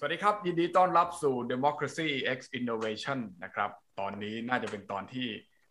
วัสดีครับยินดีต้อนรับสู่ Democracy X Innovation นะครับตอนนี้น่าจะเป็นตอนที่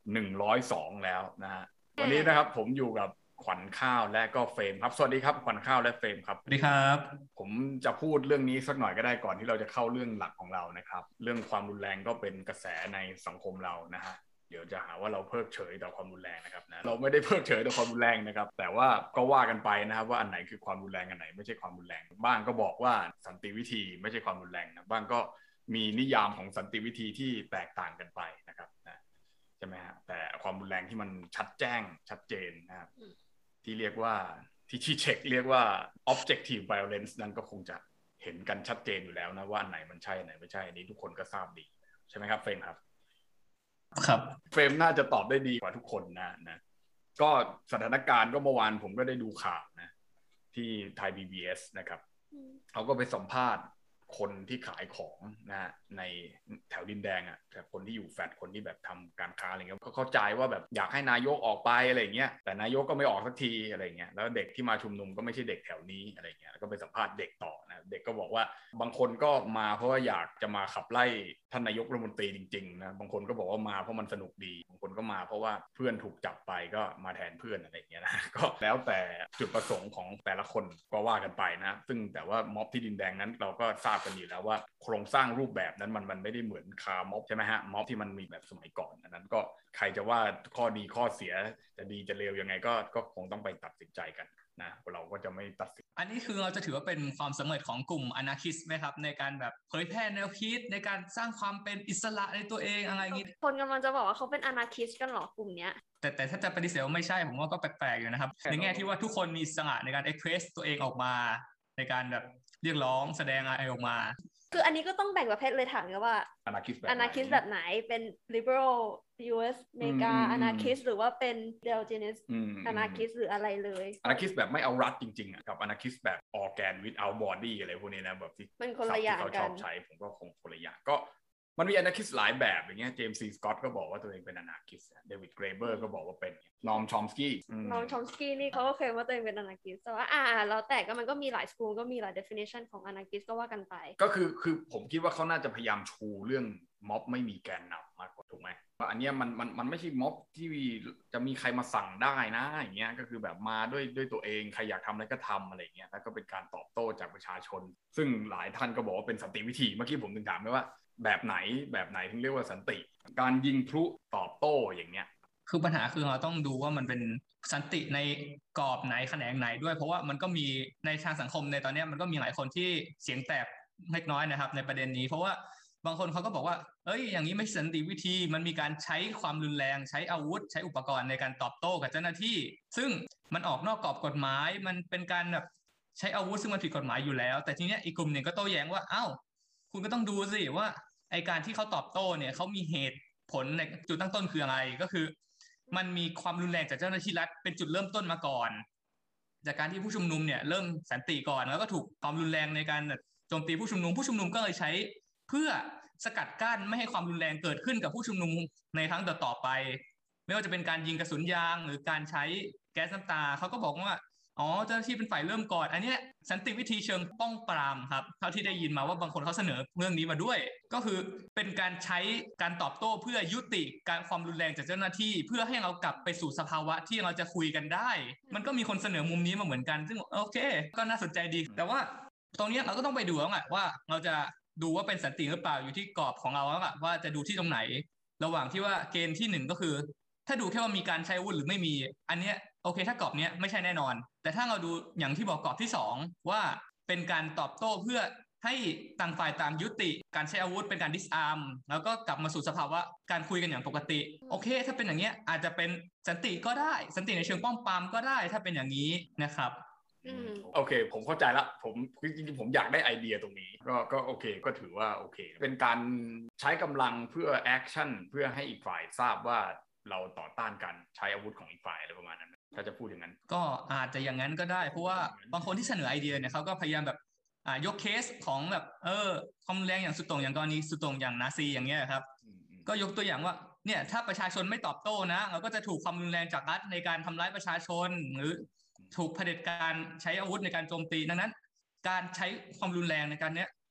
102แล้วนะฮะวันนี้นะครับผมอยู่กับขวัญข้าวและก็เฟรมครับสวัสดีครับขวัญข้าวและเฟรมครับสวัสดีครับผมจะพูดเรื่องนี้สักหน่อยก็ได้ก่อนที่เราจะเข้าเรื่องหลักของเรานะครับเรื่องความรุนแรงก็เป็นกระแสในสังคมเรานะฮะเดี๋ยวจะหาว่าเราเพิกเฉยต่อความรุนแรงนะครับนะเราไม่ได้เพิกเฉยต่อความรุนแรงนะครับแต่ว่าก็ว่ากันไปนะครับว่าอันไหนคือความรุนแรงอันไหนไม่ใช่ความรุนแรงบ้างก็บอกว่าสันติวิธีไม่ใช่ความรุนแรงนะบ้างก็มีนิยามของสันติวิธีที่แตกต่างกันไปนะครับนะใช่ไหมฮะแต่ความรุนแรงที่มันชัดแจ้งชัดเจนนะครับที่เรียกว่าที่เช็คเรียกว่า objective violence นั้นก็คงจะเห็นกันชัดเจนอยู่แล้วนะว่าอันไหนมันใช่อันไหนไม่ใช่อันนี้ทุกคนก็ทราบดีใช่ไหมครับเฟรมครับครับเฟรมน่าจะตอบได้ดีกว่าทุกคนนะก็สถานการณ์ก็เมื่อวานผมก็ได้ดูข่าวนะที่ไทย PBS นะครับเขาก็ไปสัมภาษณ์คนที่ขายของนะในแถวดินแดงอ่ะแต่คนที่อยู่แฟลตคนที่แบบทำการค้าอะไรเงี้ยก็เข้าใจว่าแบบอยากให้นายกออกไปอะไรเงี้ยแต่นายกก็ไม่ออกสักทีอะไรเงี้ยแล้วเด็กที่มาชุมนุมก็ไม่ใช่เด็กแถวนี้อะไรเงี้ยก็ไปสัมภาษณ์เด็กต่อนะเด็กก็บอกว่าบางคนก็มาเพราะว่าอยากจะมาขับไล่ท่านนายกรัฐมนตรีจริงๆนะบางคนก็บอกว่ามาเพราะมันสนุกดีบางคนก็มาเพราะว่าเพื่อนถูกจับไปก็มาแทนเพื่อนอะไรเงี้ยนะก็แล้วแต่จุดประสงค์ของแต่ละคนก็ว่ากันไปนะซึ่งแต่ว่าม็อบที่ดินแดงนั้นเราก็ทราบกันอยู่แล้วว่าโครงสร้างรูปแบบนั้นมันไม่ได้เหมือนคาร์ม็อบใช่ไหมฮะม็อบที่มันมีแบบสมัยก่อนอันนั้นก็ใครจะว่าข้อดีข้อเสียจะดีจะเลวยังไงก็คงต้องไปตัดสินใจกันนะเราก็จะไม่ตัดสินอันนี้คือเราจะถือว่าเป็นความสำเร็จของกลุ่มอนาคิสต์ไหมครับในการแบบเผยแพร่แนวคิดในการสร้างความเป็นอิสระในตัวเองอะไรอย่างนี้คนกำลังจะบอกว่าเขาเป็นอนาคิสต์กันหรอกลุ่มเนี้ยแต่ถ้าจะปฏิเสธว่าไม่ใช่ผมว่าก็แปลกๆอยู่นะครับในแง่ที่ว่าทุกคนมีอิสระในการเอ็กเพรสตัวเองออกมาในการแบบเรียกร้องแสดงอะไรออกมาคืออันนี้ก็ต้องแบ่งประเภทเลยถามกันว่าอนาคิสต์แบบไหนเป็น liberal US อเมริกาอนาคิสต์หรือว่าเป็น Diogenes อนาคิสต์หรืออะไรเลยอนาคิสต์แบบไม่เอารัดจริงๆกับอนาคิสต์แบบ organ without body อะไรพวกนี้นะแบบที่มันคนละอย่างเขาชกัอนบใช้ผมก็คงคนละอย่างก็มันมีอนาคิสต์หลายแบบอย่างเงี้ยเจมส์ซีสกอตก็บอกว่าตัวเองเป็นอนาคิสต์เดวิดเกรเบอร์ก็บอกว่าเป็นนอมชอมสกี้นี่เขาก็เคลมว่าตัวเองเป็นอนาคิสต์แต่ว่าแล้วแต่ก็มันก็มีหลายสกูลก็มีหลาย definition ของอนาคิสต์ก็ว่ากันไปก็คือผมคิดว่าเขาน่าจะพยายามชูเรื่องม็อบไม่มีแกนนำมากกว่าถูกไหมว่าอันเนี้ยมันไม่ใช่ม็อบที่จะมีใครมาสั่งได้นะอย่างเงี้ยก็คือแบบมาด้วยตัวเองใครอยากทำอะไรก็ทำอะไรเงี้ยแล้วก็เป็นการตอบโต้จากประชาชนซึ่งหลายท่านก็บอกว่าเป็นสันติวิธีเมื่อกี้ผมถึงถามไปว่าแบบไหนถึงเรียกว่าสันติการยิงพลุตอบโต้อย่างเงี้ยคือปัญหาคือเราต้องดูว่ามันเป็นสันติในกรอบไหนแขนงไหนด้วยเพราะว่ามันก็มีในทางสังคมในตอนนี้มันก็มีหลายคนที่เสียงแตกเล็กน้อยนะครับในประเด็นนี้เพราะว่าบางคนเขาก็บอกว่าเอ้ยอย่างนี้ไม่สันติวิธีมันมีการใช้ความรุนแรงใช้อาวุธใช้อุปกรณ์ในการตอบโต้กับเจ้าหน้าที่ซึ่งมันออกนอกกรอบกฎหมายมันเป็นการแบบใช้อาวุธซึ่งมันผิดกฎหมายอยู่แล้วแต่ทีเนี้ยอีกกลุ่มหนึ่งก็โต้แย้งว่าอ้าวคุณก็ต้องดูสิว่าไอการที่เขาตอบโต้เนี่ยเขามีเหตุผลในจุดตั้งต้นคืออะไรก็คือมันมีความรุนแรงจากเจ้าหน้าที่รัฐเป็นจุดเริ่มต้นมาก่อนจากการที่ผู้ชุมนุมเนี่ยเริ่มสันติก่อนแล้วก็ถูกความรุนแรงในการโจมตีผู้ชุมนุมก็เลยใช้เพื่อสกัดกั้นไม่ให้ความรุนแรงเกิดขึ้นกับผู้ชุมนุมในครั้งต่อไปไม่ว่าจะเป็นการยิงกระสุนยางหรือการใช้แก๊สน้ำตาเขาก็บอกว่าอ๋อเจ้าหน้าที่เป็นฝ่ายเริ่มก่อนอันนี้สันติวิธีเชิงป้องปรามครับเท่าที่ได้ยินมาว่าบางคนเขาเสนอเรื่องนี้มาด้วยก็คือเป็นการใช้การตอบโต้เพื่อยุติการความรุนแรงจากเจ้าหน้าที่เพื่อให้เรากลับไปสู่สภาวะที่เราจะคุยกันได้มันก็มีคนเสนอมุมนี้มาเหมือนกันซึ่งโอเคก็น่าสนใจดีแต่ว่าตรงนี้เราก็ต้องไปดูแล้วแหละว่าเราจะดูว่าเป็นสันติหรือเปล่าอยู่ที่กรอบของเราแล้วว่าจะดูที่ตรงไหนระหว่างที่ว่าเกณฑ์ที่1ก็คือถ้าดูแค่ว่ามีการใช้อาวุธหรือไม่มีอันเนี้ยโอเคถ้ากรอบเนี้ยไม่ใช่แน่นอนแต่ถ้าเราดูอย่างที่บอกกรอบที่2ว่าเป็นการตอบโต้เพื่อให้ต่างฝ่ายต่างยุติการใช้อาวุธเป็นการดิสอาร์มแล้วก็กลับมาสู่สภาวะการคุยกันอย่างปกติโอเคถ้าเป็นอย่างเงี้ยอาจจะเป็นสันติก็ได้สันติในเชิงป้องปรามก็ได้ถ้าเป็นอย่างนี้นะครับโอเคผมเข้าใจละผมจริงๆผมอยากได้ไอเดียตรงนี้ก็โอเคก็ถือว่าโอเคเป็นการใช้กำลังเพื่อแอคชั่นเพื่อให้อีกฝ่ายทราบว่าเราต่อต้านกันใช้อาวุธของอีกฝ่ายอะไรประมาณนั้นถ้าจะพูดอย่างนั้นก็อาจจะอย่างนั้นก็ได้เพราะว่าบางคนที่เสนอไอเดียเนี่ยเขาก็พยายามแบบยกเคสของแบบความแรงอย่างสุดโต่งอย่างกรณีสุดโต่งอย่างนาซีอย่างเงี้ยครับก็ยกตัวอย่างว่าเนี่ยถ้าประชาชนไม่ตอบโต้นะเราก็จะถูกความรุนแรงจากรัฐในการทำร้ายประชาชนหรือถูกเผด็จการใช้อาวุธในการโจมตีดังนั้นการใช้ความรุนแรงในการเนี้ย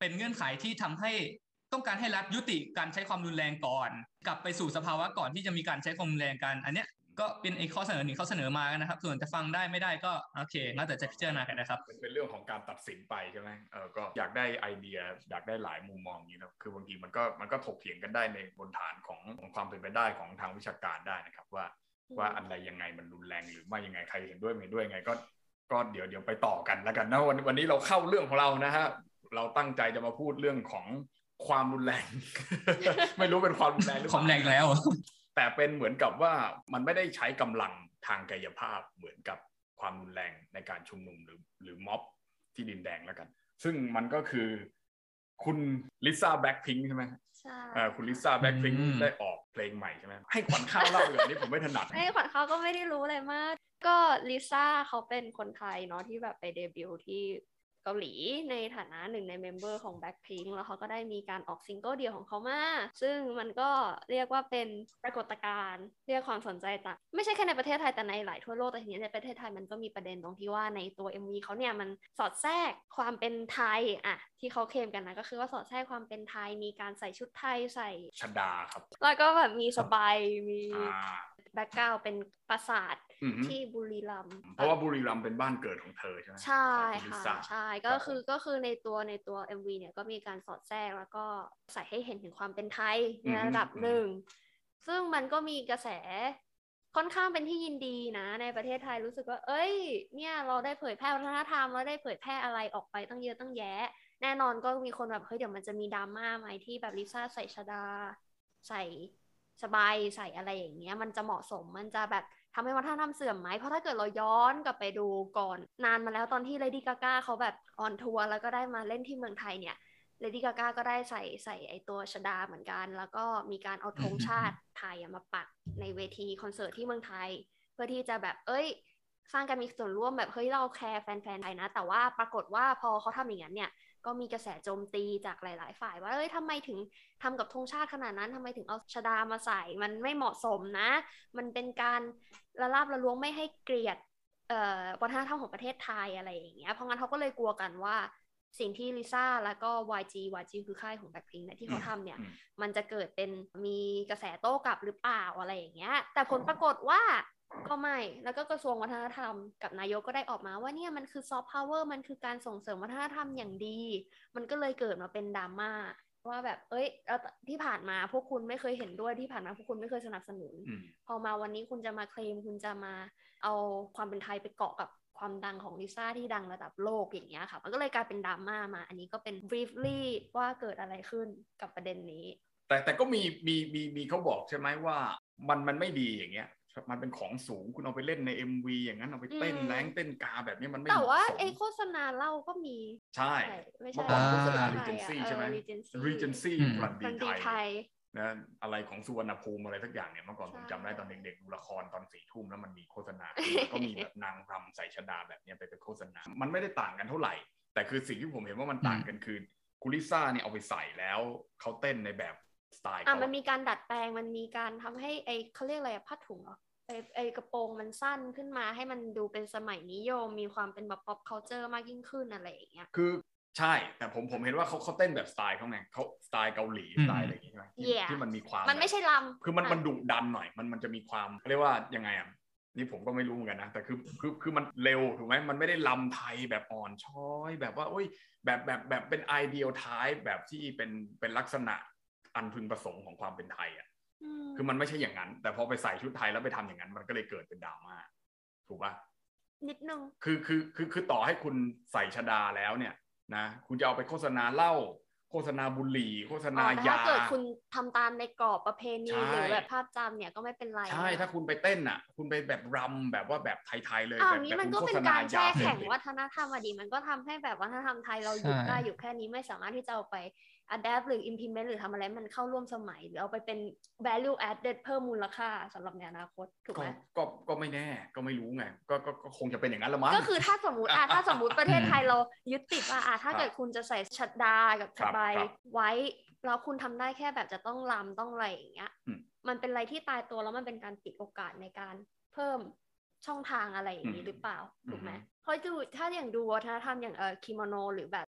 เป็นเงื่อนไขที่ทำให้ต้องการให้รัฐยุติการใช้ความรุนแรงก่อนกลับไปสู่สภาวะก่อนที่จะมีการใช้ความรุนแรงกันอันเนี้ยก็เป็นข้อเสนอหนึ่งเขาเสนอมานะครับส่วนจะฟังได้ไม่ได้ก็โอเคน่าจะพิจารณากันนะครับเป็นเรื่องของการตัดสินไปใช่ไหมก็อยากได้ไอเดียอยากได้หลายมุมมองอย่างนี้นะคือบางทีมันก็ถกเถียงกันได้ในบนฐานของความเป็นไปได้ของทางวิชาการได้นะครับว่าอะไรยังไงมันรุนแรงหรือไม่ยังไงใครเห็นด้วยไม่ด้วยยังไงก็เดี๋ยวไปต่อกันแล้วกันนะวันนี้เราเข้าเรื่องของเรานะฮะเราตั้งใจจะมาพูดเรื่องของความรุนแรง ไม่รู้เป็นความรุนแรงหรือความแรงแล้วแต่เป็นเหมือนกับว่ามันไม่ได้ใช้กำลังทางกายภาพเหมือนกับความรุนแรงในการชุมนุมหรือม็อบที่ดินแดงแล้วกันซึ่งมันก็คือคุณลิซ่าแบล็คพิงค์ใช่ไหมใช่คุณลิซ่าแบล็คพิงค์ได้ออกเพลงใหม่ใช่ไหมให้ขวัญข้าวเล่าเลยนี่ผมไม่ถนัดให้ขวัญข้าวก็ไม่ได้รู้อะไรมากก็ลิซ่าเขาเป็นคนไทยเนาะที่แบบไปเดบิวต์ที่เกาหลีในฐานะหนึ่งในเมมเบอร์ของ Blackpink แล้วเขาก็ได้มีการออกซิงเกิลเดี่ยวของเขามาซึ่งมันก็เรียกว่าเป็นปรากฏการณ์เรียกความสนใจจากไม่ใช่แค่ในประเทศไทยแต่ในหลายทั่วโลกแต่ทีนี้ในประเทศไทยมันก็มีประเด็นตรงที่ว่าในตัว MV เขาเนี่ยมันสอดแทรกความเป็นไทยอะที่เขาเคลมกันนะก็คือว่าสอดแทรกความเป็นไทยมีการใส่ชุดไทยใส่ชฎาครับแล้วก็แบบมีสบายมีแบ็คกราวด์เป็นปราสาทที่บุรีรัมย์เพราะว่าบุรีรัมย์เป็นบ้านเกิดของเธอใช่ไหมใช่ค่ะใช่ก็คือในตัว MV เนี่ยก็มีการสอดแทรกแล้วก็ใส่ให้เห็นถึงความเป็นไทยในระดับหนึ่งซึ่งมันก็มีกระแสค่อนข้างเป็นที่ยินดีนะในประเทศไทยรู้สึกว่าเอ้ยเนี่ยเราได้เผยแพร่วัฒนธรรมเราได้เผยแพร่อะไรออกไปตั้งเยอะตั้งแยะแน่นอนก็มีคนแบบเฮ้ยเดี๋ยวมันจะมีดราม่าไหมที่แบบลิซ่าใส่ชฎาใส่สบายใส่อะไรอย่างเงี้ยมันจะเหมาะสมมันจะแบบทำให้วัฒนธรรมเสื่อมไหมเพราะถ้าเกิดเราย้อนกลับไปดูก่อนนานมาแล้วตอนที่ Lady Gaga เขาแบบออนทัวร์แล้วก็ได้มาเล่นที่เมืองไทยเนี่ย Lady Gaga ก็ได้ใส่ไอตัวชฎาเหมือนกันแล้วก็มีการเอาธงชาติไทยมาปักในเวทีคอนเสิร์ตที่เมืองไทยเพื่อที่จะแบบสร้างการมีส่วนร่วมแบบเฮ้ยเราแคร์แฟนๆไทยนะแต่ว่าปรากฏว่าพอเขาทำอย่างนั้นเนี่ยก็มีกระแสโจมตีจากหลายๆฝ่ายว่าทำไมถึงทำกับธงชาติขนาดนั้นทำไมถึงเอาชฎามาใส่มันไม่เหมาะสมนะมันเป็นการละลาบละล้วงไม่ให้เกลียดวัฒนธรรมของประเทศไทยอะไรอย่างเงี้ยเพราะงั้นเขาก็เลยกลัวกันว่าสิ่งที่ลิซ่าแล้วก็ YG คือค่ายของ Blackpink เนี่ยที่เขาทำเนี่ยมันจะเกิดเป็นมีกระแสโต้กลับหรือเปล่าอะไรอย่างเงี้ยแต่ผลปรากฏว่าก็ไม่แล้วก็กระทรวงวัฒนธรรมกับนายกก็ได้ออกมาว่าเนี่ยมันคือซอฟต์พาวเวอร์มันคือการส่งเสริมวัฒนธรรมอย่างดีมันก็เลยเกิดมาเป็นดราม่าว่าแบบที่ผ่านมาพวกคุณไม่เคยเห็นด้วยที่ผ่านมาพวกคุณไม่เคยสนับสนุนพอมาวันนี้คุณจะมาเคลมคุณจะมาเอาความเป็นไทยไปเกาะกับความดังของลิซ่าที่ดังระดับโลกอย่างเงี้ยค่ะมันก็เลยกลายเป็นดราม่ามาอันนี้ก็เป็น briefly ว่าเกิดอะไรขึ้นกับประเด็นนี้แต่ก็มีเขาบอกใช่ไหมว่ามันไม่ดีอย่างเงี้ยมันเป็นของสูงคุณเอาไปเล่นใน MV อย่างนั้นเอาไปเต้นแรงเต้นกาแบบนี้มันไม่แต่ว่าโฆษณาเหล้าก็มีใช่เมื่อก่อนโฆษณา Regency ใช่ไหม Regency พลันดีไทยนะอะไรของสุวรรณภูมิอะไรสักอย่างเนี่ยเมื่อก่อนผมจำได้ตอนเด็กๆดูละครตอน4 ทุ่มแล้วมันมีโฆษณาก็มีแบบนางรำใส่ชฎาแบบนี้ไปเป็นโฆษณามันไม่ได้ต่างกันเท่าไหร่แต่คือสิ่งที่ผมเห็นว่ามันต่างกันคือคุณลิซ่าเนี่ยเอาไปใส่แล้วเขาเต้นในแบบสไตล์มันมีการดัดแปลงมันมีการทำให้เขาเรียกอะไรผ้าถุงเหรอกระโปรงมันสั้นขึ้นมาให้มันดูเป็นสมัยนิยมมีความเป็นแบบ pop culture มากยิ่งขึ้นอะไรอย่างเงี้ยคือใช่แต่ผมเห็นว่าเขาเต้นแบบสไตล์เขาไงเขาสไตล์เกาหลีสไตล์อะไรอย่างเงี้ยที่มันมีความมันไม่ใช่ลำคือมันดุดันหน่อยมันจะมีความเรียกว่ายังไงอ่ะนี่ผมก็ไม่รู้เหมือนกันนะแต่คือมันเร็วถูกไหมมันไม่ได้ลำไทยแบบอ่อนช้อยแบบว่าแบบเป็นไอเดียลไทป์แบบที่เป็นลักษณะอันพึงประสงค์ของความเป็นไทยอ่ะคือมันไม่ใช่อย่างนั้นแต่พอไปใส่ชุดไทยแล้วไปทำอย่างนั้นมันก็เลยเกิดเป็นดราม่าถูกป่ะนิดนึงคือต่อให้คุณใส่ชฎาแล้วเนี่ยนะคุณจะเอาไปโฆษณาเหล้าโฆษณาบุหรี่โฆษณายาถ้าเกิดคุณทำตามในกรอบประเพณีหรือแบบภาพจำเนี่ยก็ไม่เป็นไรใช่ถ้าคุณไปเต้นอ่ะคุณไปแบบรำแบบว่าแบบไทยๆเลยแบบนี้มันก็เป็นการแช่แข็งวัฒนธรรมอดีตมันก็ทำให้แบบวัฒนธรรมไทยเราหยุดได้อยู่แค่นี้ไม่สามารถที่จะเอาไป adapt หรือ implement หรือทำอะไรมันเข้าร่วมสมัยหรือเอาไปเป็น value added เพิ่มมูลค่าสำหรับในอนาคตถูกไหมก็ไม่แน่ก็ไม่รู้ไงก็คงจะเป็นอย่างนั้นละมั้งก็คือถ้าสมมติประเทศไทยเรายึดติดว่าถ้าเกิดคุณจะใส่ชฎากับสบายไว้แล้วคุณทำได้แค่แบบจะต้องรำต้องอะไรอย่างเงี้ยมันเป็นอะไรที่ตายตัวแล้วมันเป็นการปิดโอกาสในการเพิ่มช่องทางอะไรอย่างนี้หรือเปล่าถูกไหมเพราะถ้าอย่างดูวัฒนธรรมอย่างคิโมโนหรือแบบ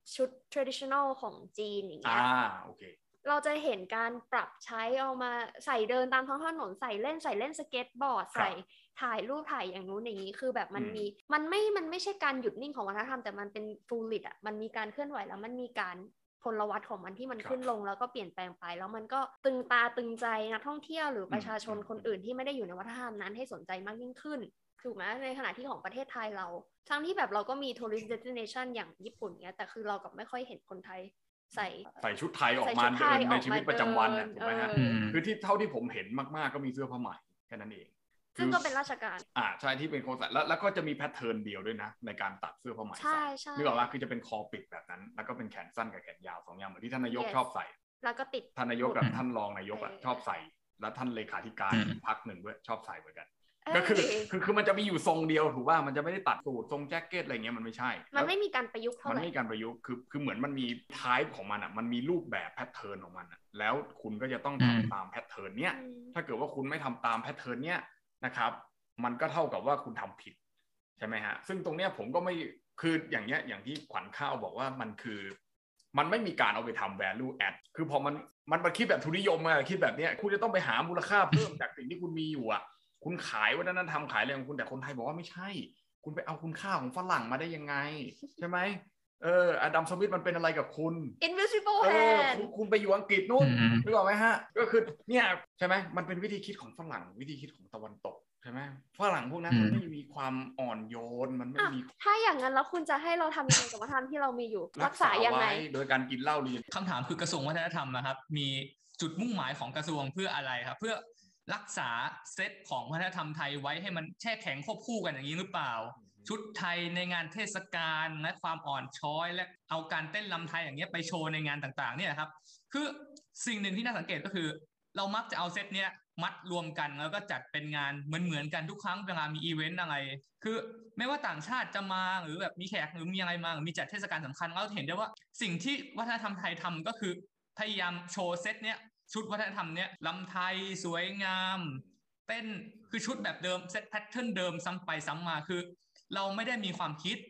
ชุด traditional ของจีนอย่างเงี้ยโอเคเราจะเห็นการปรับใช้เอามาใส่เดินตามท้องถนนใส่เล่นสเก็ตบอร์ดใส่ถ่ายรูปถ่ายอย่างนู้นอย่างนี้คือแบบมันไม่ใช่การหยุดนิ่งของวัฒนธรรมแต่มันเป็น fluid อ่ะมันมีการเคลื่อนไหวแล้วมันมีการพลวัตของมันที่มันขึ้นลงแล้วก็เปลี่ยนแปลงไปแล้วมันก็ตึงตาตึงใจนักท่องเที่ยวหรือประชาชนคนอื่นที่ไม่ได้อยู่ในวัฒนธรรมนั้นให้สนใจมากยิ่งขึ้นถูกไหมในขณะที่ของประเทศไทยเราทั้งที่แบบเราก็มี tourist destination อย่างญี่ปุ่นเนี้ยแต่คือเรากับไม่ค่อยเห็นคนไทยใส่ชุดไทยออกมาเดินในชีวิตประจำวันนะถูกไหมฮะคือที่เท่าที่ผมเห็นมากๆก็มีเสื้อผ้าไหมแค่นั้นเองซึ่งก็เป็นราชการใช่ที่เป็นโคใส่แล้วก็จะมีแพทเทิร์นเดียวด้วยนะในการตัดเสื้อผ้าไหมใช่นึกออกว่าคือจะเป็นคอปิดแบบนั้นแล้วก็เป็นแขนสั้นกับแขนยาว2อย่างเหมือนที่ท่านนายกชอบใส่แล้วก็ติดท่านนายกกับท่านรองนายกชอบใส่แล้วท่านเลขาธิการพรรคหนึ่งด้วยชอบใส่เหมือนกันก็คือมันจะมีอยู่ทรงเดียวถูกป่ะมันจะไม่ได้ตัดสูททรงแจ็คเก็ตอะไรเงี้ยมันไม่ใช่มันไม่มีการประยุกต์เท่าไหร่มันไม่มีการประยุกต์คือเหมือนมันมีไทป์ของมันอ่ะมันมีรูปแบบแพทเทิร์นของมันอ่ะแล้วคุณก็จะต้องทำตามแพทเทิร์นเนี้ยถ้าเกิดว่าคุณไม่ทำตามแพทเทิร์นเนี้ยนะครับมันก็เท่ากับว่าคุณทำผิดใช่ไหมฮะซึ่งตรงเนี้ยผมก็ไม่คืออย่างเงี้ยอย่างที่ขวัญข้าวบอกว่ามันไม่มีการเอาไปทำ value add คือพอมันคิดแบบทุนนิยมมาคิดแบบเนี้ยคุณจะต้องไปหามูลค่าเพิ่มจากสิ่งที่คุณมีอยู่อ่ะคุณขายวัฒนธรรมขายอะไรของคุณแต่คนไทยบอกว่าไม่ใช่คุณไปเอาคุณค่าของฝรั่งมาได้ยังไงใช่ไหมอดัมสมิธมันเป็นอะไรกับคุณ Invisible Hand คุณไปอยู่อังกฤษนู่นนึกออกไหมฮะก็คือเนี่ยใช่ไหมมันเป็นวิธีคิดของฝรั่งวิธีคิดของตะวันตกใช่ไหมฝรั่งพวกนั้นมันไม่มีความอ่อนโยนมันไม่มีถ้าอย่างนั้นแล้วคุณจะให้เราทำยังไงกับวัฒนธรรมที่เรามีอยู่รักษายังไงโดยการกินเหล้าเรียนคำถามคือกระทรวงวัฒนธรรมนะครับมีจุดมุ่งหมายของกระทรวงเพื่ออะไรครับเพื่อรักษาเซตของวัฒนธรรมไทยไว้ให้มันแช่แข็งควบคู่กันอย่างนี้หรือเปล่าชุดไทยในงานเทศกาลและความอ่อนช้อยและเอาการเต้นรำไทยอย่างเงี้ยไปโชว์ในงานต่างๆเนี่ยครับคือสิ่งหนึ่งที่น่าสังเกตก็คือเรามักจะเอาเซตเนี้ยมัดรวมกันแล้วก็จัดเป็นงานเหมือนกันทุกครั้งเวลามีอีเวนต์อะไรคือไม่ว่าต่างชาติจะมาหรือแบบมีแขกหรือมีอะไรมาหรือมีจัดเทศกาลสำคัญเราเห็นได้ว่าสิ่งที่วัฒนธรรมไทยทำก็คือพยายามโชว์เซตเนี้ยชุดวัฒนธรรมเนี้ยลำไทยสวยงามเต้นคือชุดแบบเดิมเซตแพทเทิร์นเดิมซ้ำไปซ้ำมาคือเราไม่ได้มีความคิด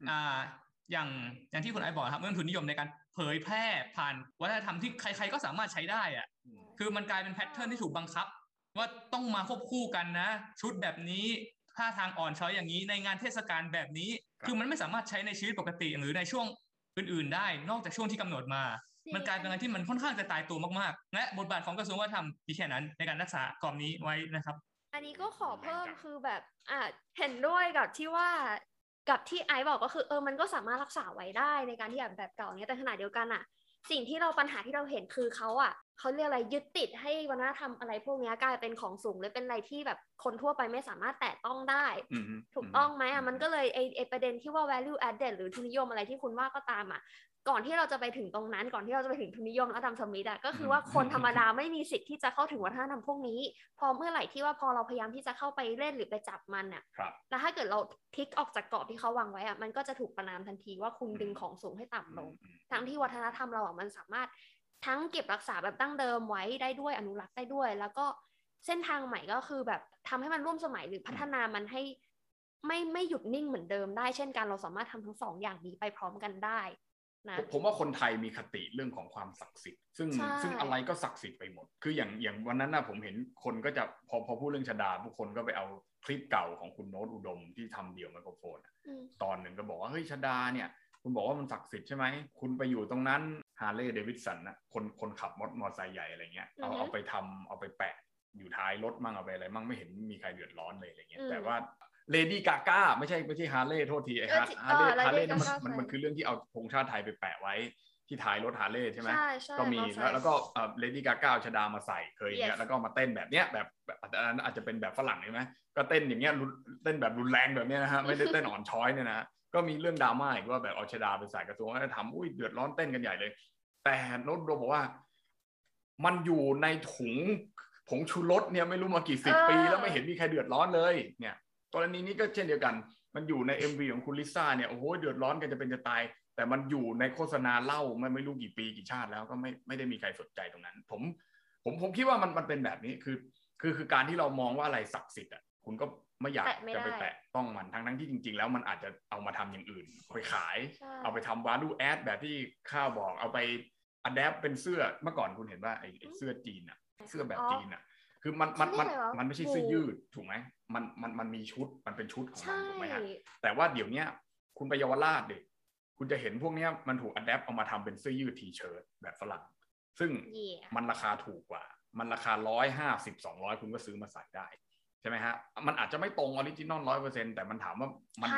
อย่างที่คุณไอบอกครับเรื่องทุนนิยมในการเผยแพร่ผ่านวัฒนธรรมที่ใครๆก็สามารถใช้ได้อะคือมันกลายเป็นแพทเทิร์นที่ถูกบังคับว่าต้องมาควบคู่กันนะชุดแบบนี้ท่าทางอ่อนช้อยอย่างนี้ในงานเทศกาลแบบนี้คือมันไม่สามารถใช้ในชีวิตปกติหรือในช่วงอื่นๆได้นอกจากช่วงที่กำหนดมามันกลายเป็นอะไรที่มันค่อนข้างจะตายตัวมากๆและบทบาทของกระทรวงวัฒนธรรมมีแค่นั้นในการรักษากรอบนี้ไว้นะครับอันนี้ก็ขอเพิ่มคือแบบเห็นด้วยกับที่ว่ากับที่ไอซ์บอกก็คือมันก็สามารถรักษาไว้ได้ในการที่แบบเก่าเนี้ยแต่ขณะเดียวกันสิ่งที่ปัญหาที่เราเห็นคือเขาเรียกอะไรยึดติดให้วัฒนธรรมอะไรพวกนี้กลายเป็นของสูงเลยเป็นอะไรที่แบบคนทั่วไปไม่สามารถแตะต้องได้ถูกต้องไหมมันก็เลยไอประเด็นที่ว่า value added หรือทุนนิยมอะไรที่คุณว่าก็ตามก่อนที่เราจะไปถึงตรงนั้นก่อนที่เราจะไปถึงทุนนิยมและอดัมสมิธก็คือว่าคนธรรมดาไม่มีสิทธิ์ที่จะเข้าถึงวัฒนธรรมพวกนี้พอเมื่อไหร่ที่ว่าพอเราพยายามที่จะเข้าไปเล่นหรือไปจับมันแล้วถ้าเกิดเราพลิกออกจากกรอบที่เขาวางไว้มันก็จะถูกประณามทันทีว่าคุณดึงของสูงให้ต่ำลงทั้งที่วัฒนธรรมเรามันสามารถทั้งเก็บรักษาแบบดั้งเดิมไว้ได้ด้วยอนุรักษ์ได้ด้วยแล้วก็เส้นทางใหม่ก็คือแบบทำให้มันร่วมสมัยหรือพัฒนามันให้ไม่หยุดนิ่งเหมือนเดิมได้เช่นกันเราสามารถทำทั้งสองอย่างนี้ไปพร้อมกันได้นะผมว่าคนไทยมีคติเรื่องของความศักดิ์สิทธิ์ซึ่งอะไรก็ศักดิ์สิทธิ์ไปหมดคืออย่างวันนั้นผมเห็นคนก็จะพอพูดเรื่องชดาทุกคนก็ไปเอาคลิปเก่าของคุณโน้ตอุดมที่ทำเดี่ยวไมโครโฟนตอนหนึ่งก็บอกว่าเฮ้ยชดาเนี่ยคุณบอกว่ามันศักดิ์สิทธิ์ใช่ไหมคุณไปอยู่ตรงนั้นฮาร์เลย์เดวิดสันนะคนขับมอเตอร์ไซค์ใหญ่อะไรเงี้ยเอาไปทำเอาไปแปะอยู่ท้ายรถมั่งเอาไปอะไรมั่งไม่เห็นมีใครเดือดร้อนเลยอะไรเงี้ยแต่ว่าเลดี้กาก้าไม่ใช่ฮาร์เลย์โทษทีฮาร์เลย์มันคือเรื่องที่เอาธงชาติไทยไปแปะไว้ที่ท้ายรถฮาร์เลย์ใช่ไหมก็มีแล้วก็เลดี้กาก้าชดามาใส่เคยอย่างเงี้ยแล้วก็มาเต้นแบบเนี้ยแบบอาจจะเป็นแบบฝรั่งใช่ไหมก็เต้นอย่างเงี้ยเต้นแบบรุนแรงแบบเนี้ยนะฮะไม่ได้เต้นอ่อนช้อยเนี่ยนะก็มีเรื่องดราม่าอีกว่าแบบเอาชดาไปใส่กระทรวงวัฒนธรรมอุ้ยเดือดร้อนเต้นกันใหญ่เลยแต่โน้ตโดบอกว่ามันอยู่ในถุงผงชูรสเนี่ยไม่รู้มากี่สิบปีแล้วไม่เห็นมีใครเดือดร้อนเลยเนี่ยกรณีนี้ก็เช่นเดียวกันมันอยู่ใน MV ของคุณลิซ่าเนี่ยโอ้โหเดือดร้อนกันจะเป็นจะตายแต่มันอยู่ในโฆษณาเหล้าไม่รู้กี่ปีกี่ชาติแล้วก็ไม่ได้มีใครสนใจตรงนั้นผมคิดว่ามันเป็นแบบนี้คือการที่เรามองว่าอะไรศักดิ์สิทธิ์คุณก็ไม่อยากจะไปแตะต้องมันทั้งที่จริงๆแล้วมันอาจจะเอามาทำอย่างอื่นไปขายเอาไปทำ value add แบบที่ข้าวบอกเอาไป adapt เป็นเสื้อเมื่อก่อนคุณเห็นว่าไอ้เสื้อจีนอะเสื้อแบบจีนอะคือมันไม่ใช่เสื้อยืดถูกไหมมันมีชุดมันเป็นชุดของมันถูกไหมฮะแต่ว่าเดี๋ยวนี้คุณไปเยาวราชดิคุณจะเห็นพวกนี้มันถูก adapt เอามาทำเป็นเสื้อยืดทีเชิ้ตแบบฝรั่งซึ่งมันราคาถูกกว่ามันราคา150-200คุณก็ซื้อมาใส่ได้ใช่ไหมฮะมันอาจจะไม่ตรงออริจินอล 100% แต่มันถามว่า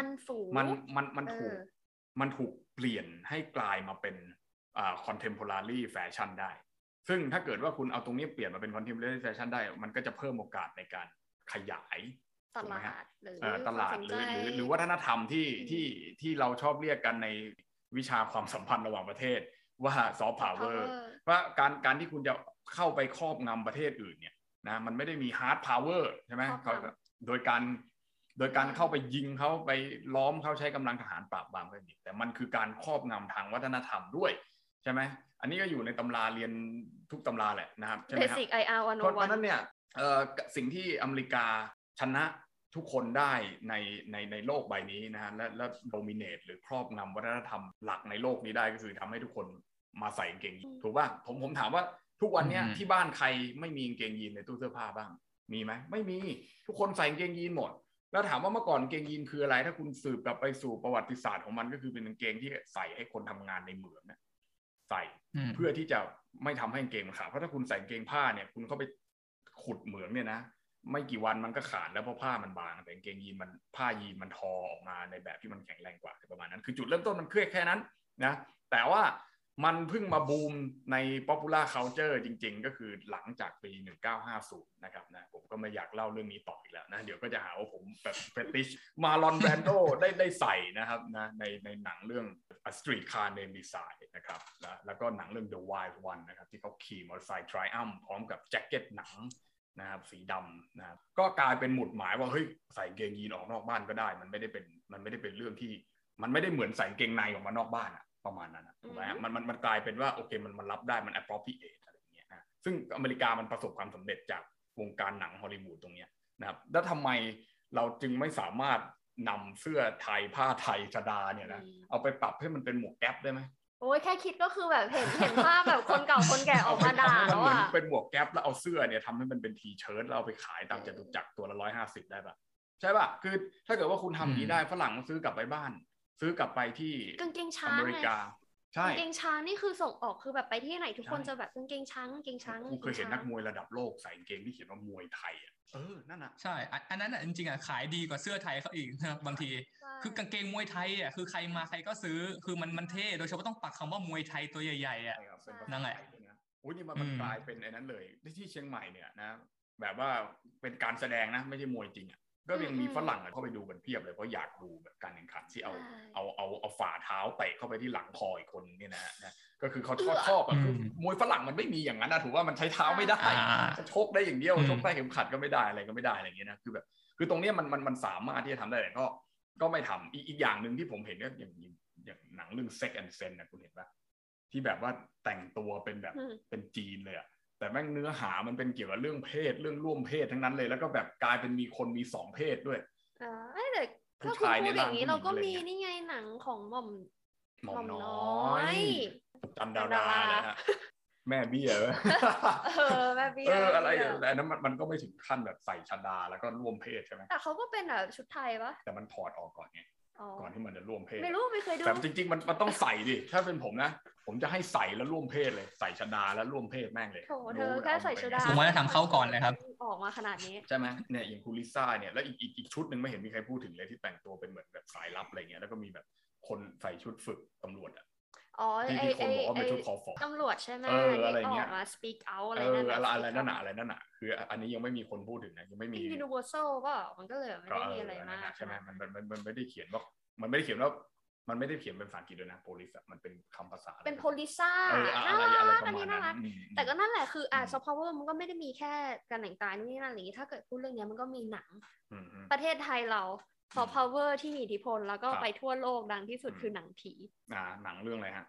มันถูกเปลี่ยนให้กลายมาเป็นcontemporary fashion ได้ซึ่งถ้าเกิดว่าคุณเอาตรงนี้เปลี่ยนมาเป็น contemporary fashion ได้มันก็จะเพิ่มโอกาสในการขยายตลาดหรือหรือวัฒนธรรมที่เราชอบเรียกกันในวิชาความสัมพันธ์ระหว่างประเทศว่า soft power ว่าการที่คุณจะเข้าไปครอบงำประเทศอื่นเนี่ยนะมันไม่ได้มี hard power ใช่ไหมโดยการเข้าไปยิงเขาไปล้อมเขาใช้กำลังทหารปราบปรามกันแต่มันคือการครอบงำทางวัฒนธรรมด้วยใช่ไหมอันนี้ก็อยู่ในตำราเรียนทุกตำราแหละนะครับใช่ไหมครับ Basic IR 101 เพราะนั้นเนี่ยสิ่งที่อเมริกาชนะทุกคนได้ในโลกใบนี้นะฮะและโดมิเนตหรือครอบงำวัฒนธรรมหลักในโลกนี้ได้ก็คือทำให้ทุกคนมาใส่กางเกงยีนถูกป่ะผมถามว่าทุกวันนี้ที่บ้านใครไม่มีกางเกงยีนในตู้เสื้อผ้าบ้างมีไหมไม่มีทุกคนใส่กางเกงยีนหมดแล้วถามว่าเมื่อก่อนกางเกงยีนคืออะไรถ้าคุณสืบกลับไปสู่ประวัติศาสตร์ของมันก็คือเป็นกางเกงที่ใส่ให้คนทำงานในเหมืองนะใส่เพื่อที่จะไม่ทำให้กางเกงมันขาดเพราะถ้าคุณใส่กางเกงผ้าเนี่ยคุณเข้าไปขุดเหมืองเนี่ยนะไม่กี่วันมันก็ขาดแล้วเพราะผ้ามันบางแต่กางเกงยีนมันผ้ายีนมันทอออกมาในแบบที่มันแข็งแรงกว่าประมาณนั้นคือจุดเริ่มต้นมันแค่นั้นนะแต่ว่ามันเพิ่งมาบูมใน popular culture จริงๆก็คือหลังจากปี1950นะครับนะผมก็ไม่อยากเล่าเรื่องนี้ต่ออีกแล้วนะเดี๋ยวก็จะหาว่าผมแบบเฟติชมาลอนแบรนโดได้ใส่นะครับนะในหนังเรื่อง A Streetcar Named Desire นะครับแล้วก็หนังเรื่อง The Wild One นะครับที่เขาขี่มอเตอร์ไซค์ Triumph พร้อมกับแจ็คเก็ตหนังนะครับสีดำนะครับก็กลายเป็นหมุดหมายว่าเฮ้ยใส่เกงยีนออกนอกบ้านก็ได้มันไม่ได้เป็นเรื่องที่มันไม่ได้เหมือนใส่เกงในออกมานอกบ้านอะประมาณนั้นถูกไหมมันกลายเป็นว่าโอเคมันรับได้มัน appropriate อะไรอย่างเงี้ยนะซึ่งอเมริกามันประสบความสำเร็จจากวงการหนังฮอลลีวูดตรงเนี้ยนะครับแล้วทำไมเราจึงไม่สามารถนำเสื้อไทยผ้าไทยชดาเนี่ยนะเอาไปปรับให้มันเป็นหมวกแก๊ปได้ไหมโอ้ยแค่คิดก็คือแบบเห็นภาพแบบคนเก่าคนแก่ออกมาด่าแล้วอ่ะเป็นหมวกแก๊ปแล้วเอาเสื้อเนี่ยทำให้มันเป็นทีเชิ้ตแล้วเอาไปขายตามจตุจักรตัวละ150ได้ปะใช่ปะคือถ้าเกิดว่าคุณทำอย่างนี้ได้ฝรั่งซื้อกลับไปบ้านซื้อกลับไปที่กางเกงช้างอเมริกาใช่กางเกงช้างนี่คือส่งออกคือแบบไปที่ไหนทุกคนจะแบบกางเกงช้างกูเคยเห็นนักมวยระดับโลกใส่กางเกงที่เขียนว่ามวยไทยอ่ะนั่นน่ะใช่อันนั้นจริงๆขายดีกว่าเสื้อไทยเขาอีกนะครับบางทีคือกางเกงมวยไทยอ่ะคือใครมาใครก็ซื้อคือมันเท่โดยเฉพาะต้องปักคำว่ามวยไทยตัวใหญ่ๆอ่ะนั่นแหละอุ้ยนี่มันกลายเป็นไอ้นั้นเลยที่เชียงใหม่เนี่ยนะแบบว่าเป็นการแสดงนะไม่ใช่มวยจริงอ่ะก็ยังมีฝรั่งเข้าไปดูกันเพียบเลยเพราะอยากดูแบบการแข่งขันที่เอาฝ่าเท้าเตะเข้าไปที่หลังคออีกคนเนี่ยนะก็คือเขาชอบคือมวยฝรั่งมันไม่มีอย่างนั้นนะถูกว่ามันใช้เท้าไม่ได้จะชกได้อย่างเดียวชกได้เข็มขัดก็ไม่ได้อะไรก็ไม่ได้อะไรอย่างเงี้ยนะคือแบบคือตรงนี้มันสามารถที่จะทำได้แต่ก็ไม่ทำอีกอย่างหนึ่งที่ผมเห็นก็อย่างหนังเรื่อง Sex and Sense นะคุณเห็นปะที่แบบว่าแต่งตัวเป็นแบบเป็นจีนเลยอะแต่แม่งเนื้อหามันเป็นเกี่ยวกับเรื่องเพศเรื่องร่วมเพศทั้งนั้นเลยแล้วก็แบบกลายเป็นมีคนมี2เพศด้วยแต่ก็คือพูดอย่างนี้เราก็มีนี่ไงหนังของหม่อมน้อยจันดารานะฮะแม่เบี้ยแม่เบี้ยอะไรแต่นั้นมันก็ไม่ถึงขั้นแบบใส่ชดาแล้วก็ร่วมเพศใช่ไหมแต่เขาก็เป็นแบบชุดไทยปะแต่มันถอดออกก่อนไงก่อนที่มันจะร่วมเพศไม่รู้ไม่เคยดูแต่จริงๆมันต้องใส่ดิถ้าเป็นผมนะผมจะให้ใส่แล้วร่วมเพศเลยใส่ชดาแล้วร่วมเพศแม่งเลยโถเธอแค่ใส่ชดาสมมติว่าทำเข้าก่อนเลยครับออกมาขนาดนี้ใช่ไหมเนี่ยอย่างคูลิซ่าเนี่ยแล้วอีกชุดหนึ่งไม่เห็นมีใครพูดถึงเลยที่แต่งตัวเป็นเหมือนแบบสายลับอะไรเงี้ยแล้วก็มีแบบคนใส่ชุดฝึกตำรวจอ่ะที่คนบอกว่าเป็นชุดคอฟอตำรวจใช่ไหมอะไรเงี้ยมา speak out อะไรนั่นน่ะคืออันนี้ยังไม่มีคนพูดถึงนะยังไม่มี universal ป่ะมันก็เลยไม่ได้มีอะไรมากใช่ไหมมันไม่ได้เขียนว่ามันไม่ได้เขียนเป็นภาษาอังกฤษด้วยนะ police มันเป็นคำภาษาเป็น police อะไรประมาณนั้นแต่ก็นั่นแหละคือsoft power มันก็ไม่ได้มีแค่การแต่งกายนู่นนี่นั่นอะไรถ้าเกิดพูดเรื่องนี้มันก็มีหนังประเทศไทยเราsoft power ที่มีอิทธิพลแล้วก็ไปทั่วโลกดังที่สุดคือหนังผีหนังเรื่องอะไรฮะ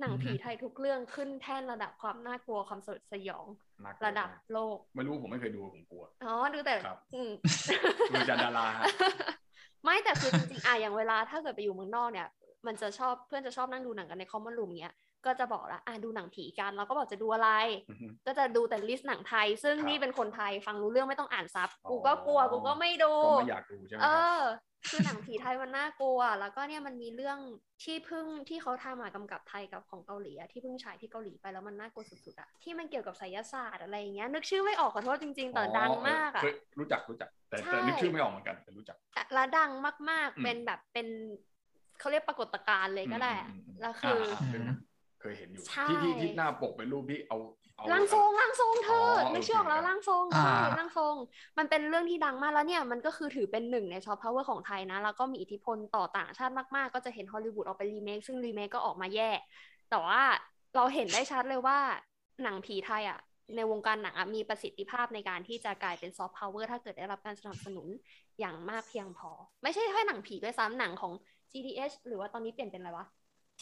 หนังผีไทยทุกเรื่องขึ้นแท่นระดับความน่ากลัวความสยดสยองระดับโลกไม่รู้ผมไม่เคยดูผมกลัวดูแต่ดูจากดาราไม่แต่คือจริงๆอย่างเวลาถ้าเกิดไปอยู่เมืองนอกเนี่ยมันจะชอบเพื่อนจะชอบนั่งดูหนังกันในคอมมอนรูมเงี้ยก็จะบอกละดูหนังผีกันเราก็บอกจะดูอะไรก็จะดูแต่ลิสต์หนังไทยซึ่งนี่เป็นคนไทยฟังรู้เรื่องไม่ต้องอ่านซับกูก็กลัวกูก็ไม่ดูก็ไม่อยากดูใช่ไหมคือหนังผีไทยมันน่ากลัวแล้วก็เนี่ยมันมีเรื่องที่เขาทำกำกับไทยกับของเกาหลีที่เพิ่งฉายที่เกาหลีไปแล้วมันน่ากลัวสุดๆที่มันเกี่ยวกับไสยศาสตร์อะไรอย่างเงี้ยนึกชื่อไม่ออกขอโทษจริงๆแต่ดังมากรู้จักแต่นึกชื่อไม่ออกเหมือนกันแต่รู้จักและดังมากๆเป็นแบบเป็นเขาเรียกปรากฏการณ์เลยก็ได้แล้วคือเคยเห็นอยู่ที่หน้าปกเป็นรูปที่เอาร่างทรงเธอไม่เชื่อแล้วร่างทรงร่างทรงมันเป็นเรื่องที่ดังมากแล้วเนี่ยมันก็คือถือเป็นหนึ่งในซอฟต์พาวเวอร์ของไทยนะแล้วก็มีอิทธิพลต่อต่างชาติมากๆก็จะเห็นฮอลลีวูดออกไปรีเมคซึ่งรีเมคก็ออกมาแย่แต่ว่าเราเห็นได้ชัดเลยว่าหนังผีไทยในวงการหนังมีประสิทธิภาพในการที่จะกลายเป็นซอฟต์พาวเวอร์ถ้าเกิดได้รับการสนับสนุนอย่างมากเพียงพอไม่ใช่แค่หนังผีด้วยซ้ำหนังของ GDH หรือว่าตอนนี้เปลี่ยนเป็นอะไรวะ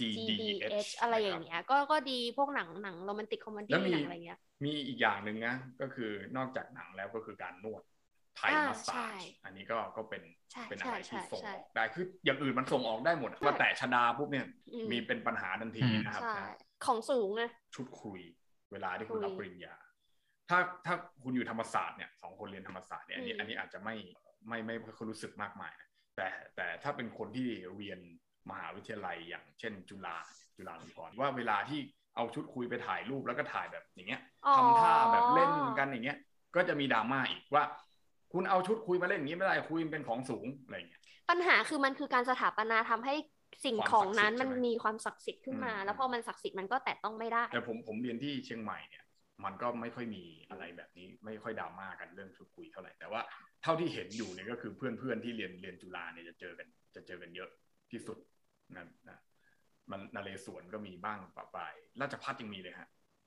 GDH อะไรอย่างเงี้ยก็ดีพวกหนังโรแมนติกคอมเมดี้หนังอะไรเงี้ยมีอีกอย่างหนึ่งนะก็คือนอกจากหนังแล้วก็คือการนวดไทยมัสซาจอันนี้ก็เป็นอะไรที่ส่งออกได้คืออย่างอื่นมันส่งออกได้หมดว่าแต่ชดาปุ๊บเนี่ยมีเป็นปัญหาทันทีนะครับของสูงไงชุดคุยเวลาที่คุณรับปริญญาถ้าคุณอยู่ธรรมศาสตร์เนี่ย2 คนเรียนธรรมศาสตร์เนี่ยอันนี้อาจจะไม่ค่อยรู้สึกมากมายแต่ถ้าเป็นคนที่เรียนมหาวิทยาลัยอย่างเช่นจุฬาลงกรณ์ว่าเวลาที่เอาชุดคุยไปถ่ายรูปแล้วก็ถ่ายแบบอย่างเงี้ยทำท่าแบบเล่นกันอย่างเงี้ยก็จะมีดราม่าอีกว่าคุณเอาชุดคุยมาเล่นอย่างนี้ไม่ได้คุยเป็นของสูงอะไรเงี้ยปัญหาคือมันคือการสถาปนาทำให้สิ่งของนั้นมันมีความศักดิ์สิทธิ์ขึ้นมาแล้วพอมันศักดิ์สิทธิ์มันก็แตะต้องไม่ได้แต่ผมเรียนที่เชียงใหม่เนี่ยมันก็ไม่ค่อยมีอะไรแบบนี้ไม่ค่อยดราม่ากันเรื่องชุดคุยเท่าไหร่แต่ว่าเท่าที่เห็นอยู่เนี่ยก็คือเพื่อนที่เรียนจุฬาเนี่ยจะเจอกันเยอะที่สุดนะมันนเรศวรก็มีบ้างปะปายราชภัฏยังมีเลยฮะ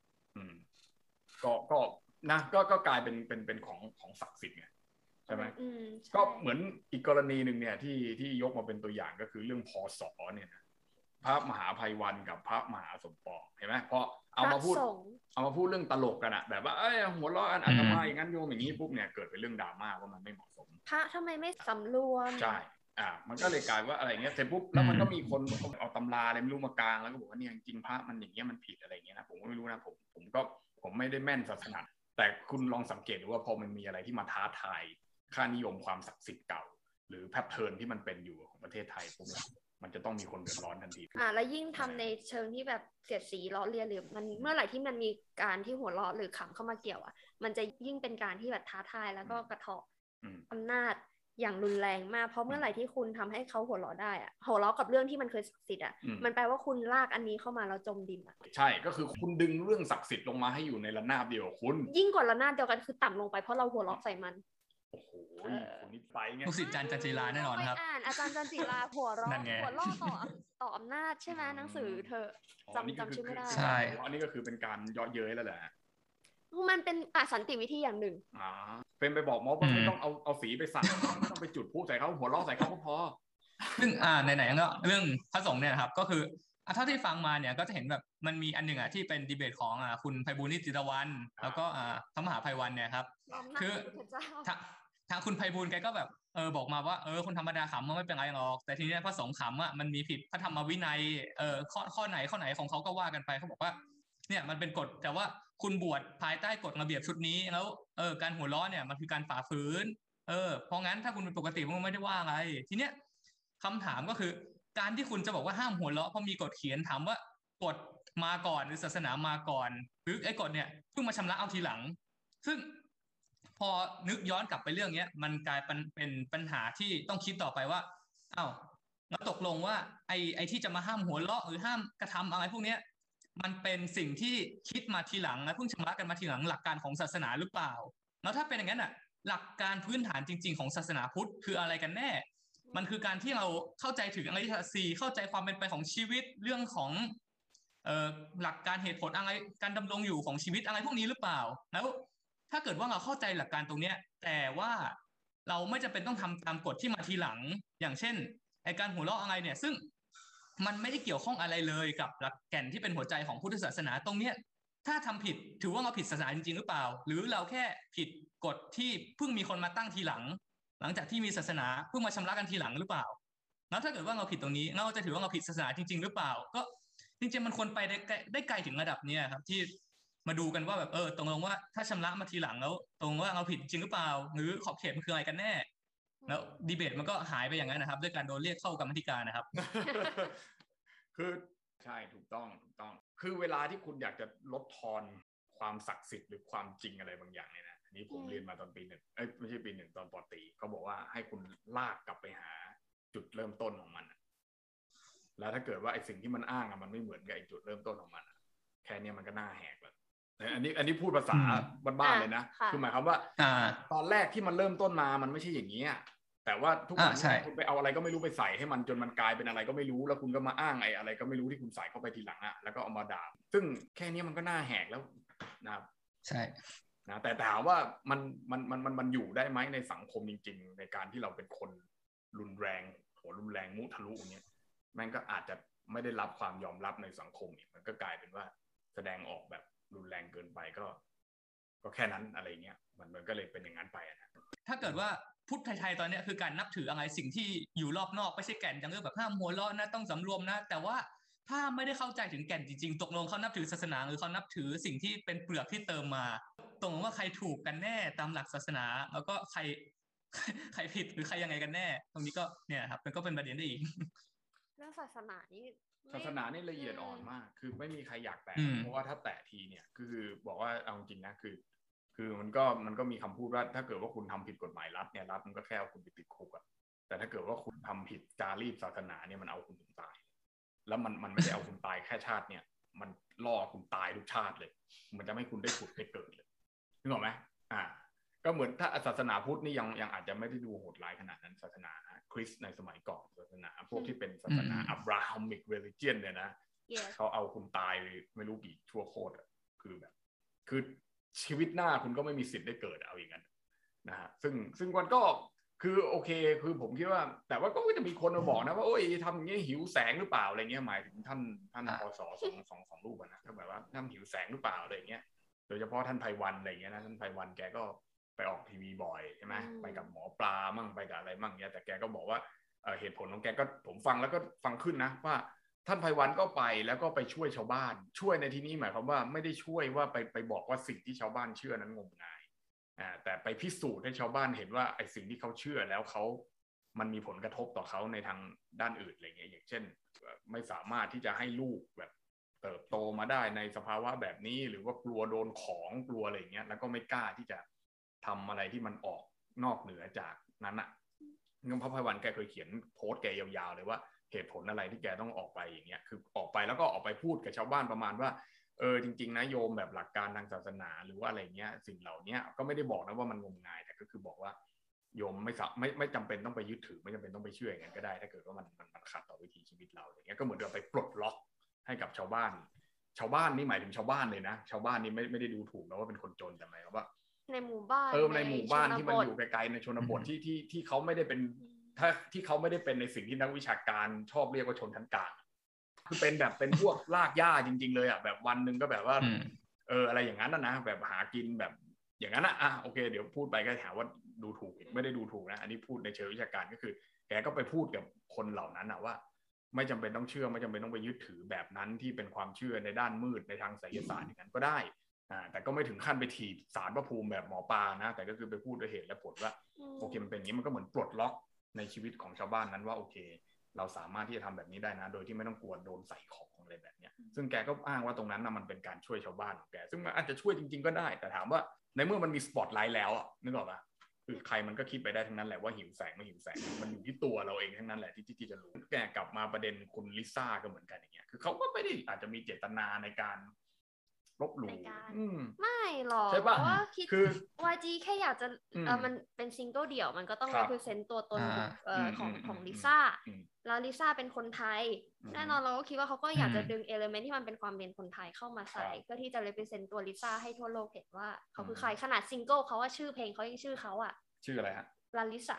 ก็นะก็กลายเป็นของศักดิ์สิทธิ์ไงใช่ไหมก็เหมือนอีกกรณีหนึ่งเนี่ยที่ยกมาเป็นตัวอย่างก็คือเรื่องพศเนี่ยนะพระมหาภัยวันกับพระมหาสมปองเห็นไหมพอเอามาพูดเรื่องตลกกันอะแบบว่าหัวเราะกันอาตมาอย่างนั้นโยมอย่างนี้ปุ๊บเนี่ยเกิดเป็นเรื่องดราม่าว่ามันไม่เหมาะสมพระทำไมไม่สำรวมใช่มันก็เลยกลายว่าอะไรเงี้ยเสร็จปุ๊บแล้วมันก็มีคนเอาตำราอะไรไม่รู้มากลางแล้วก็บอกว่าเนี่ยจริงพระมันอย่างเงี้ยมันผิดอะไรเงี้ยนะผมก็ไม่รู้นะผมไม่ได้แม่นศาสนาแต่คุณลองสังเกตดูว่าพอมันมีอะไรที่มาท้าทายค่านิยมความศักดิ์สิทธิ์เก่าหรือแพทเทิร์นที่มันเป็นอยู่ของประเทศไทยปุ๊บมันจะต้องมีคนเดือดร้อนทันทีแล้วยิ่งทำในเชิงที่แบบเสียดสีล้อเลียนหรือมันเมื่อไหร่ที่มันมีการที่หัวเราะหรือขำเข้ามาเกี่ยวมันจะยิ่งเป็นการที่แบบท้าทายแล้วก็กระเทาะอำนาจอย่างรุนแรงมากเพราะเมื่อไหร่ที่คุณทำให้เขาหัวเราะได้หัวเราะกับเรื่องที่มันเคยศักดิ์สิทธิ์มันแปลว่าคุณลากอันนี้เข้ามาแล้วจมดินใช่ก็คือคุณดึงเรื่องศักดิ์สิทธิ์ลงมาให้อยู่ในระนาบเดียวคุณยิ่งกว่าระนาบเดียวกันคือต่ำลงไปเพราะเราหัวเราะใส่มันโอ้โหคนนี้ไปไงลูกศิษย์จันจิราแน่นอนครับอาจารย์จันจิราหัวเราะต่ออำนาจใช่ไหมหนังสือเธอจำชื่อไม่ได้ใช่อันนี้ก็คือเป็นการเยาะเย้ยแล้วแหละมันเป็นสันติวิธีอย่างหนึ่งเป็นไปบอกม็อบว่าไม่ต้องเอาสีไปสั่งไม่ต้องไปจุดพลุใส่เขาหัวเราะใส่เขาก็พอซึ่งไหนๆก็เรื่องพระสงฆ์เนี่ยครับก็คือเท่าที่ฟังมาเนี่ยก็จะเห็นแบบมันมีอันหนึ่งที่เป็นดีเบตของคุณไพบูลย์นิติตะวันแล้วก็พระมหาภัยวันเนี่ยครับคือทางคุณไพบูลย์แกก็แบบบอกมาว่าคนธรรมดาขำมันไม่เป็นไรหรอกแต่ทีนี้พระสงฆ์ขำมันมีผิดพระธรรมวินัยข้อไหนของเขาก็ว่ากันไปเขาบอกว่าเนี่ยมันเป็นกฎแต่ว่าคุณบวชภายใต้กฎระเบียบชุดนี้แล้วการหัวเราะเนี่ยมันคือการฝ่าฝืนเพราะงั้นถ้าคุณเป็นปกติมันไม่ได้ว่าอะไรทีเนี้ยคำถามก็คือการที่คุณจะบอกว่าห้ามหัวเราะเพราะมีกฎเขียนถามว่ากฎมาก่อนหรือศาสนามาก่อนหรือไอ้กฎเนี่ยเพิ่งมาชำระเอาทีหลังซึ่งพอนึกย้อนกลับไปเรื่องนี้มันกลายเป็นปัญหาที่ต้องคิดต่อไปว่าแล้วตกลงว่าไอ้ที่จะมาห้ามหัวเราะหรือห้ามกระทำอะไรพวกนี้มันเป็นสิ่งที่คิดมาทีหลังและเพิ่งชำระกันมาทีหลังหลักการของศาสนาหรือเปล่าแล้วถ้าเป็นอย่างนั้นหลักการพื้นฐานจริงๆของศาสนาพุทธคืออะไรกันแน่มันคือการที่เราเข้าใจถึงอริยสัจสี่เข้าใจความเป็นไปของชีวิตเรื่องของหลักการเหตุผลอะไรการดำรงอยู่ของชีวิตอะไรพวกนี้หรือเปล่าแล้วถ้าเกิดว่าเราเข้าใจหลักการตรงนี้แต่ว่าเราไม่จำเป็นต้องทำตามกฎที่มาทีหลังอย่างเช่นไอ้การหัวเราะอะไรเนี่ยซึ่งมันไม่ได้เกี่ยวข้องอะไรเลยกับหลักแก่นที่เป็นหัวใจของพุทธศาสนาตรงเนี้ยถ้าทำผิดถือว่าเราผิดศาสนาจริงๆหรือเปล่าหรือเราแค่ผิดกฎที่เพิ่งมีคนมาตั้งทีหลังหลังจากที่มีศาสนาเพิ่งมาชำระกันทีหลังหรือเปล่าแล้วถ้าเกิดว่าเราผิดตรงนี้เราจะถือว่าเราผิดศาสนาจริงๆหรือเปล่าก็จริงๆมันควรไปได้ไกลถึงระดับเนี้ยครับที่มาดูกันว่าแบบตรงว่าถ้าชำระมาทีหลังแล้วตรงว่าเราผิดจริงหรือเปล่าหรือขอบเขตมันคืออะไรกันแน่แล้วดีเบตมันก็หายไปอย่างนั้นนะครับด้วยการโดนเรียกเข้ากรรมธิการนะครับคือใช่ถูกต้องคือเวลาที่คุณอยากจะลดทอนความศักดิ์สิทธิ์หรือความจริงอะไรบางอย่างเนี่ยนะอันนี้ผมเรียนมาตอนปี 1ไม่ใช่ปี 1ตอนป.ตรีเขาบอกว่าให้คุณลากกลับไปหาจุดเริ่มต้นของมันแล้วถ้าเกิดว่าไอ้สิ่งที่มันอ้างมันไม่เหมือนกับไอ้จุดเริ่มต้นของมันแค่นี้มันก็น่าแหกแล้วอันนี้พูดภาษาบ้านๆเลยนะคือหมายความว่าตอนแรกที่มันเริ่มต้นมามันไม่ใช่อย่างนี้แต่ว่าทุกวันนี้คุณไปเอาอะไรก็ไม่รู้ไปใส่ให้มันจนมันกลายเป็นอะไรก็ไม่รู้แล้วคุณก็มาอ้างไอ้อะไรก็ไม่รู้ที่คุณใส่เข้าไปทีหลังแล้วก็เอามาด่าซึ่งแค่นี้มันก็น่าแหกแล้วนะครับใช่นะแต่ถามว่ามันอยู่ได้ไหมในสังคมจริงๆในการที่เราเป็นคนรุนแรงรุนแรงมุทะลุอย่างเงี้ยแม่งก็อาจจะไม่ได้รับความยอมรับในสังคมอีกมันก็กลายเป็นว่าแสดงออกแบบรุนแรงเกินไปก็แค่นั้นอะไรเงี้ยมันก็เลยเป็นอย่างนั้นไปนะถ้าเกิดว่าพุทธไทยๆตอนนี้คือการนับถืออะไรสิ่งที่อยู่รอบนอกไม่ใช่แก่นอย่างเรื่องแบบห้ามหัวเราะนะต้องสำรวมนะแต่ว่าถ้าไม่ได้เข้าใจถึงแก่นจริงๆตกลงเขานับถือศาสนาหรือเขานับถือสิ่งที่เป็นเปลือกที่เติมมาตรงว่าใครถูกกันแน่ตามหลักศาสนาแล้วก็ใครผิดหรือใครยังไงกันแน่ตรงนี้ก็เนี่ยครับมันก็เป็นประเด็นได้อีกเรื่องศาสนานี่ละเอียดอ่อนมากคือไม่มีใครอยากแตะเพราะว่าถ้าแตะทีเนี่ยคือบอกว่าเอาจริงนะคือมันก็มีคำพูดว่าถ้าเกิดว่าคุณทำผิดกฎหมายรัฐเนี่ยรัฐมันก็แค่เอาคุณไปติดคุกแต่ถ้าเกิดว่าคุณทำผิดจารีตศาสนาเนี่ยมันเอาคุณถึงตายแล้วมันไม่ได้เอาคุณตายแค่ชาติเนี่ยมันล่อคุณตายทุกชาติเลยมันจะไม่คุณได้ผุดได้เกิดเลยนึกออกไหมก็เหมือนถ้าศาสนาพุทธนี่ยังอาจจะไม่ได้ดูโหดร้ายขนาดนั้นศาสนาคริสต์ในสมัยก่อนศาสนาพวกที่เป็นศาสนาอับราฮัมิกเรลิเจียนเนี่ยนะเขาเอาคุณตายไม่รู้กี่ชั่วโคตรคือแบบคือชีวิตหน้าคุณก็ไม่มีสิทธิ์ได้เกิดเอาอย่างนั้นนะฮะซึ่งมันก็คือโอเคคือผมคิดว่าแต่ว่าก็จะมีคนมาบอกนะว่าโอ้ยทำอย่างนี้หิวแสงหรือเปล่าอะไรเงี้ยหมายถึงท่านพศสองรูปนะถ้าแบบว่าท่านหิวแสงหรือเปล่าอะไรเงี้ยโดยเฉพาะท่านไพวันอะไรเงี้ยนะท่านไพวันแกก็ไปออกทีวีบ่อยใช่ไหมไปกับหมอปลามั่งไปกับอะไรมั่งเงี้ยแต่แกก็บอกว่าเหตุผลของแกก็ผมฟังแล้วก็ฟังขึ้นนะว่าท่านไพวันก็ไปแล้วก็ไปช่วยชาวบ้านช่วยในที่นี้หมายความว่าไม่ได้ช่วยว่าไปบอกว่าสิ่งที่ชาวบ้านเชื่อนั้นงมงายแต่ไปพิสูจน์ให้ชาวบ้านเห็นว่าไอ้สิ่งที่เขาเชื่อแล้วมันมีผลกระทบต่อเขาในทางด้านอื่นอะไรเงี้ยอย่างเช่นไม่สามารถที่จะให้ลูกแบบเติบโตมาได้ในสภาวะแบบนี้หรือว่ากลัวโดนของกลัวอะไรเงี้ยแล้วก็ไม่กล้าที่จะทำอะไรที่มันออกนอกเหนือจากนั้นเงื่อนพระไพวันแกเคยเขียนโพสต์แกยาวๆเลยว่าเหตุผลอะไรที่แกต้องออกไปอย่างเงี้ยคือออกไปแล้วก็ออกไปพูดกับชาวบ้านประมาณว่าจริงๆนะโยมแบบหลักการทางศาสนาหรือว่าอะไรเงี้ยสิ่งเหล่านี้ก็ไม่ได้บอกนะว่ามันงมงายแต่ก็คือบอกว่าโยมไม่จำเป็นต้องไปยึดถือไม่จำเป็นต้องไปเชื่ออย่างนั้นก็ได้ถ้าเกิดว่ามันขัดต่อวิถีชีวิตเราอย่างเงี้ยก็เหมือนเราไปปลดล็อกให้กับชาวบ้านนี่หมายถึงชาวบ้านเลยนะชาวบ้านนี่ไม่ได้ดูถูกนะว่าเป็นคนจนแต่หมายความว่าในหมู่บ้านในหมู่บ้านที่มันอยู่ไกลๆในชนบทที่เขาไม่ได้เป็นถ้าที่เขาไม่ได้เป็นในสิ่งที่นักวิชาการชอบเรียกว่าชนชั้นกลางคือเป็นพวกลากหญ้าจริงๆเลยแบบวันนึงก็แบบว่าอะไรอย่างนั้นนะแบบหากินแบบอย่างนั้นโอเคเดี๋ยวพูดไปก็ถามว่าดูถูกไม่ได้ดูถูกนะอันนี้พูดในเชิงวิชาการก็คือแกก็ไปพูดกับคนเหล่านั้นว่าไม่จำเป็นต้องเชื่อไม่จำเป็นต้องไปยึดถือแบบนั้นที่เป็นความเชื่อในด้านมืดในทางไสยศาสตร์อย่างนั้นก็ได้แต่ก็ไม่ถึงขั้นไปถีบศาลพระภูมิแบบหมอปลานะแต่ก็คือไปพูดด้วยเหตุและผลว่าโอเคมันเป็นอย่างนี้มันก็เหมือนปลดล็อกในชีวิตของชาวบ้านนั้นว่าโอเคเราสามารถที่จะทำแบบนี้ได้นะโดยที่ไม่ต้องกลัวโดนใส่ของอะไรแบบนี้ซึ่งแกก็อ้างว่าตรงนั้นมันเป็นการช่วยชาวบ้านของแกซึ่งมันอาจจะช่วยจริงๆก็ได้แต่ถามว่าในเมื่อมันมีสปอตไลท์แล้วนึกออกปะคือใครมันก็คิดไปได้ทั้งนั้นแหละว่าหิวแสงไม่หิวแสงมันอยู่ที่ตัวเราเองทั้งนั้นแหละที่จะรู้แกกลับมาประเด็นคุณลิซ่าก็เหมือนกันอย่างเงี้ยคือเขาก็ไม่ได้อาจจะมีเจตนาในการลบหลู่ไม่หรอกใช่ป่ะว่าคิด YG แค่อยากจะมันเป็นซิงเกิลเดี่ยวมันก็ต้อง represent ตัวตนของลิซ่าแล้วลิซ่าเป็นคนไทยแน่นอนเราก็คิดว่าเขาก็อยากจะดึงเอลิเมนต์ที่มันเป็นความเป็นคนไทยเข้ามาใส่เพื่อที่จะ represent ตัวลิซ่าให้ทั่วโลกเห็นว่าเขาคือใครขนาดซิงเกิลเขาว่าชื่อเพลงเขายังชื่อเขาชื่ออะไรฮะลาลิสา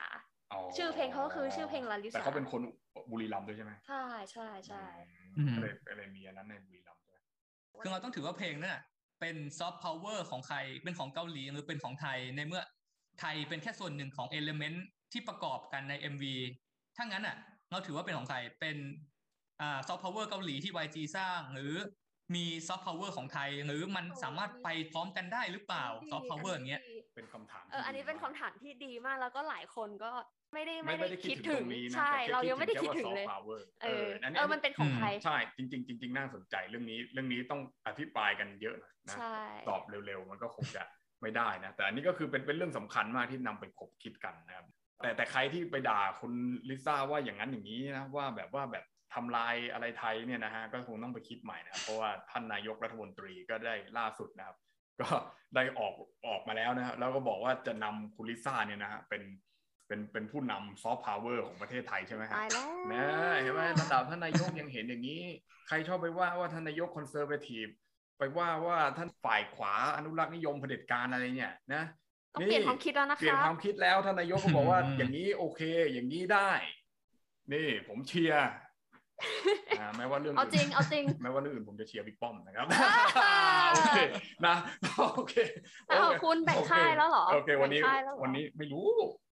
ชื่อเพลงเขาก็คือชื่อเพลงลาลิซาแต่เขาเป็นคนบุรีรัมย์ด้วยใช่ไหมใช่ใช่ใช่อะไรมีอันนั้นในบุรีรัมย์ด้วยคือเราต้องถือว่าเพลงนั้นเป็นซอฟต์พาวเวอร์ของใครเป็นของเกาหลีหรือเป็นของไทยในเมื่อไทยเป็นแค่ส่วนหนึ่งของเอลิเมนต์ที่ประกอบกันใน MV ถ้างั้นเราถือว่าเป็นของใครเป็นซอฟต์พาวเวอร์เกาหลีที่ YG สร้างหรือมีซอฟต์พาวเวอร์ของไทยหรือมันสามารถไปพร้อมกันได้หรือเปล่าซอฟต์พาวเวอร์อย่างเงี้ยเป็นคำถามอันนี้เป็นคำถามที่ดีมากแล้วก็หลายคนก็ไม่ได้คิดถึงใช่เรายังไม่ได้คิดถึงเลยมันเป็นของใครใช่จริงน่าสนใจเรื่องนี้ต้องอภิปรายกันเยอะนะตอบเร็วๆมันก็คงจะไม่ได้นะแต่อันนี้ก็คือเป็นเรื่องสำคัญมากที่นำไปคบคิดกันนะครับแต่ใครที่ไปด่าคุณลิซ่าว่าอย่างนั้นอย่างนี้นะว่าแบบทำลายอะไรไทยเนี่ยนะฮะก็คงต้องไปคิดใหม่นะครับเพราะว่าท่านนายกรัฐมนตรีก็ได้ล่าสุดนะครับก็ได้ออกมาแล้วนะแล้วก็บอกว่าจะนำคุณลิซ่าเนี่ยนะฮะเป็นผู้นำซอฟต์พาวเวอร์ของประเทศไทยใช่ไหมครับนะเห็นไหมระดับท่านนายกยังเห็นอย่างนี้ใครชอบไปว่าท่านนายกคอนเซอร์เวทีฟไปว่าท่านฝ่ายขวาอนุรักษ์นิยมเผด็จการอะไรเนี่ยนะเปลี่ยนความคิดแล้วนะคะเปลี่ยนความคิดแล้วท่านนายกก็บอกว่าอย่างนี้โอเคอย่างนี้ได้นี่ผมเชียร์แม้ว่าเรื่องเอาจริงแม้ว่าเรื่องอื่นผมจะเชียร์บิ๊กป้อมนะครับโอเคนะโอเคคุณแบ่งค่ายแล้วเหรอโอเควันนี้ไม่รู้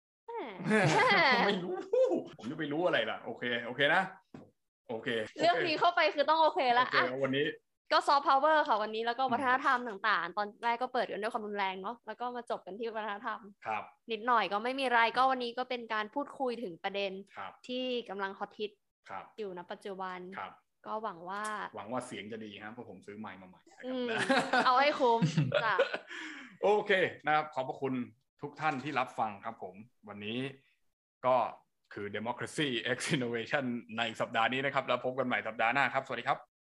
ผมจะไปรู้อะไรล่ะโอเคนะโอเคเรื่องนี้เข้าไปคือต้องโอเคแล้ววันนี้ก็ซอฟต์พาวเวอร์ค่ะวันนี้แล้วก็วัฒนธรรมต่างๆตอนแรกก็เปิดกันด้วยความรุนแรงเนาะแล้วก็มาจบกันที่วัฒนธรรมนิดหน่อยก็ไม่มีไรก็วันนี้ก็เป็นการพูดคุยถึงประเด็นที่กำลังฮอตฮิตอยู่ณปัจจุบันก็หวังว่าเสียงจะดีครับเพราะผมซื้อไมค์มาใหม่เอาให้คุ้มจ้ะโอเคนะครับขอบพระคุณทุกท่านที่รับฟังครับผมวันนี้ก็คือ Democracy X Innovation ในสัปดาห์นี้นะครับแล้วพบกันใหม่สัปดาห์หน้าครับสวัสดีครับ